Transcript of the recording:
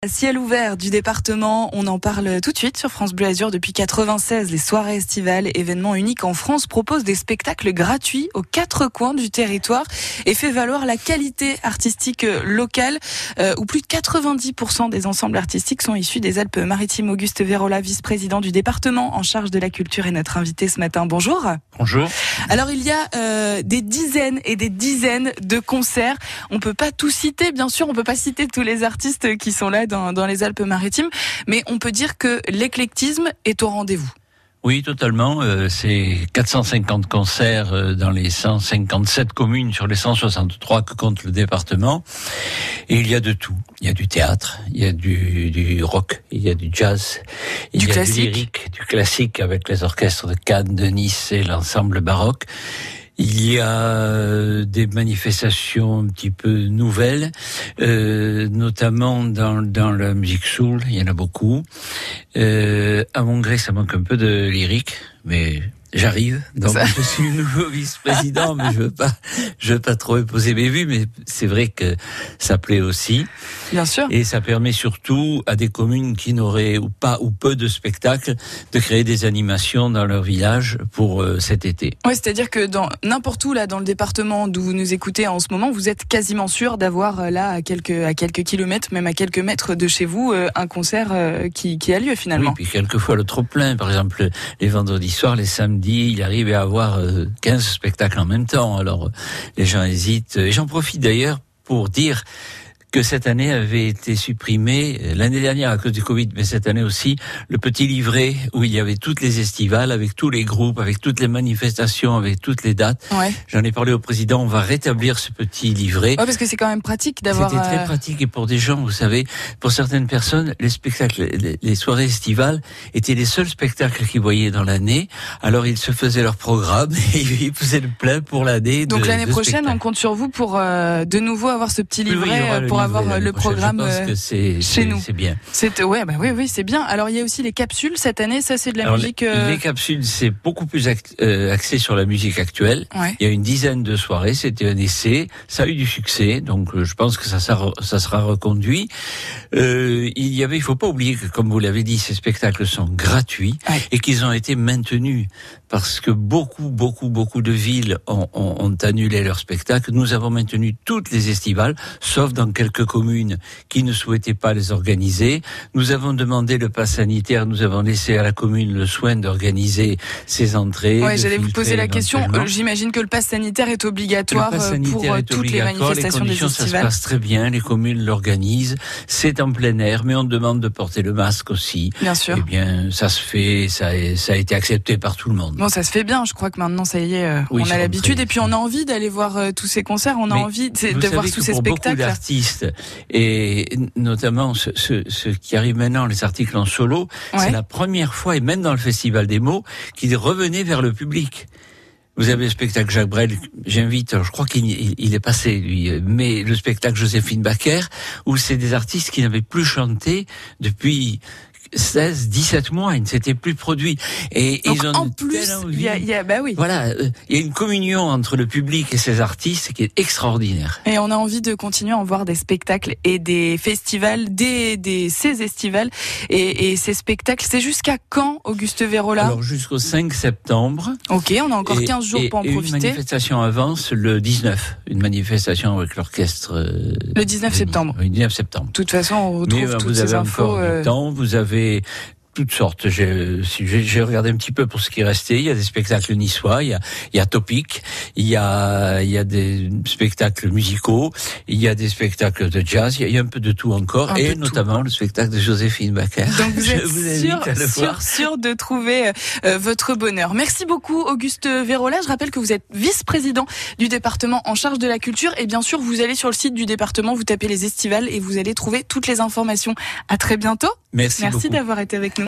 Ciel ouvert du département, on en parle tout de suite sur France Bleu Azur. Depuis 96, les soirées estivales, événements uniques en France, proposent des spectacles gratuits aux quatre coins du territoire et fait valoir la qualité artistique locale, où plus de 90% des ensembles artistiques sont issus des Alpes-Maritimes. Auguste Vérola, vice-président du département en charge de la culture, est notre invité ce matin. Bonjour. Bonjour. Alors il y a des dizaines et des dizaines de concerts. On peut pas tout citer, bien sûr, on peut pas citer tous les artistes qui sont là dans les Alpes-Maritimes, mais on peut dire que l'éclectisme est au rendez-vous. Oui, totalement. C'est 450 concerts dans les 157 communes sur les 163 que compte le département. Et il y a de tout. Il y a du théâtre, il y a du rock, il y a du jazz, il y a du lyrique, du classique avec les orchestres de Cannes, de Nice et l'ensemble baroque. Il y a des manifestations un petit peu nouvelles, notamment dans la musique soul, il y en a beaucoup. À mon gré, ça manque un peu de lyrique, mais j'arrive. Donc je suis le nouveau vice-président, mais je veux pas trop imposer mes vues, mais c'est vrai que ça plaît aussi. Bien sûr. Et ça permet surtout à des communes qui n'auraient ou pas ou peu de spectacles de créer des animations dans leur village pour cet été. Oui, c'est-à-dire que dans n'importe où là dans le département d'où vous nous écoutez en ce moment, vous êtes quasiment sûr d'avoir là à quelques kilomètres, même à quelques mètres de chez vous, un concert qui a lieu finalement. Oui, puis quelquefois le trop-plein, par exemple les vendredis soirs, les samedis, il arrive à avoir 15 spectacles en même temps. Alors les gens hésitent. Et j'en profite d'ailleurs pour dire que cette année avait été supprimé, l'année dernière à cause du Covid, mais cette année aussi, le petit livret où il y avait toutes les estivales, avec tous les groupes, avec toutes les manifestations, avec toutes les dates. Ouais. J'en ai parlé au président, on va rétablir ce petit livret. Ouais, parce que c'est quand même pratique d'avoir... C'était très pratique, et pour des gens, vous savez, pour certaines personnes, les spectacles, les soirées estivales étaient les seuls spectacles qu'ils voyaient dans l'année. Alors ils se faisaient leur programme et ils faisaient le plein pour l'année. Donc l'année prochaine, on compte sur vous pour de nouveau avoir ce petit livret, pour avoir le programme chez nous. C'est bien. Oui, c'est bien. Alors il y a aussi les capsules cette année, ça c'est de la musique. Les capsules, c'est beaucoup plus axé sur la musique actuelle. Ouais. Il y a une dizaine de soirées, c'était un essai, ça a eu du succès, donc je pense que ça sera reconduit. Il faut pas oublier que, comme vous l'avez dit, ces spectacles sont gratuits et qu'ils ont été maintenus parce que beaucoup de villes ont annulé leurs spectacles. Nous avons maintenu toutes les estivales, sauf dans quelques communes qui ne souhaitaient pas les organiser. Nous avons demandé le pass sanitaire, nous avons laissé à la commune le soin d'organiser ses entrées. Oui, j'allais vous poser la question. J'imagine que le pass sanitaire est obligatoire pour toutes les manifestations des estivales. Ça se passe très bien, les communes l'organisent. C'est en plein air, mais on demande de porter le masque aussi. Bien sûr. Eh bien, ça se fait, ça a été accepté par tout le monde. Bon, ça se fait bien. Je crois que maintenant, ça y est, on a l'habitude. Et puis, on a envie d'aller voir tous ces concerts. On a envie de voir tous ces spectacles. Beaucoup d'artistes, et notamment ceux qui arrivent maintenant, les articles en solo, c'est la première fois, et même dans le Festival des mots, qu'ils revenaient vers le public. Vous avez le spectacle Jacques Brel, j'invite, je crois qu'il est passé, lui, mais le spectacle Joséphine Baker, où c'est des artistes qui n'avaient plus chanté depuis 16, 17 mois, ils ne s'étaient plus produits. Et donc, ils ont en plus, il y a Voilà, il y a une communion entre le public et ces artistes qui est extraordinaire. Et on a envie de continuer à en voir des spectacles et des festivals, ces estivales et ces spectacles. C'est jusqu'à quand, Auguste Vérola? Alors, jusqu'au 5 septembre. Ok, on a encore 15 jours pour en profiter. Une manifestation avance le 19. Une manifestation avec l'orchestre. Le 19 septembre. Le 19 septembre. De toute façon, on retrouve toutes ces infos. Vous avez encore du temps, vous avez toutes sortes. J'ai regardé un petit peu pour ce qui est resté. Il y a des spectacles niçois, il y a Topic, il y a des spectacles musicaux, il y a des spectacles de jazz, il y a un peu de tout encore, et notamment le spectacle de Joséphine Baker. Donc vous êtes sûr de trouver votre bonheur. Merci beaucoup, Auguste Vérola. Je rappelle que vous êtes vice-président du département en charge de la culture, et bien sûr, vous allez sur le site du département, vous tapez les estivales et vous allez trouver toutes les informations. À très bientôt. Merci beaucoup d'avoir été avec nous.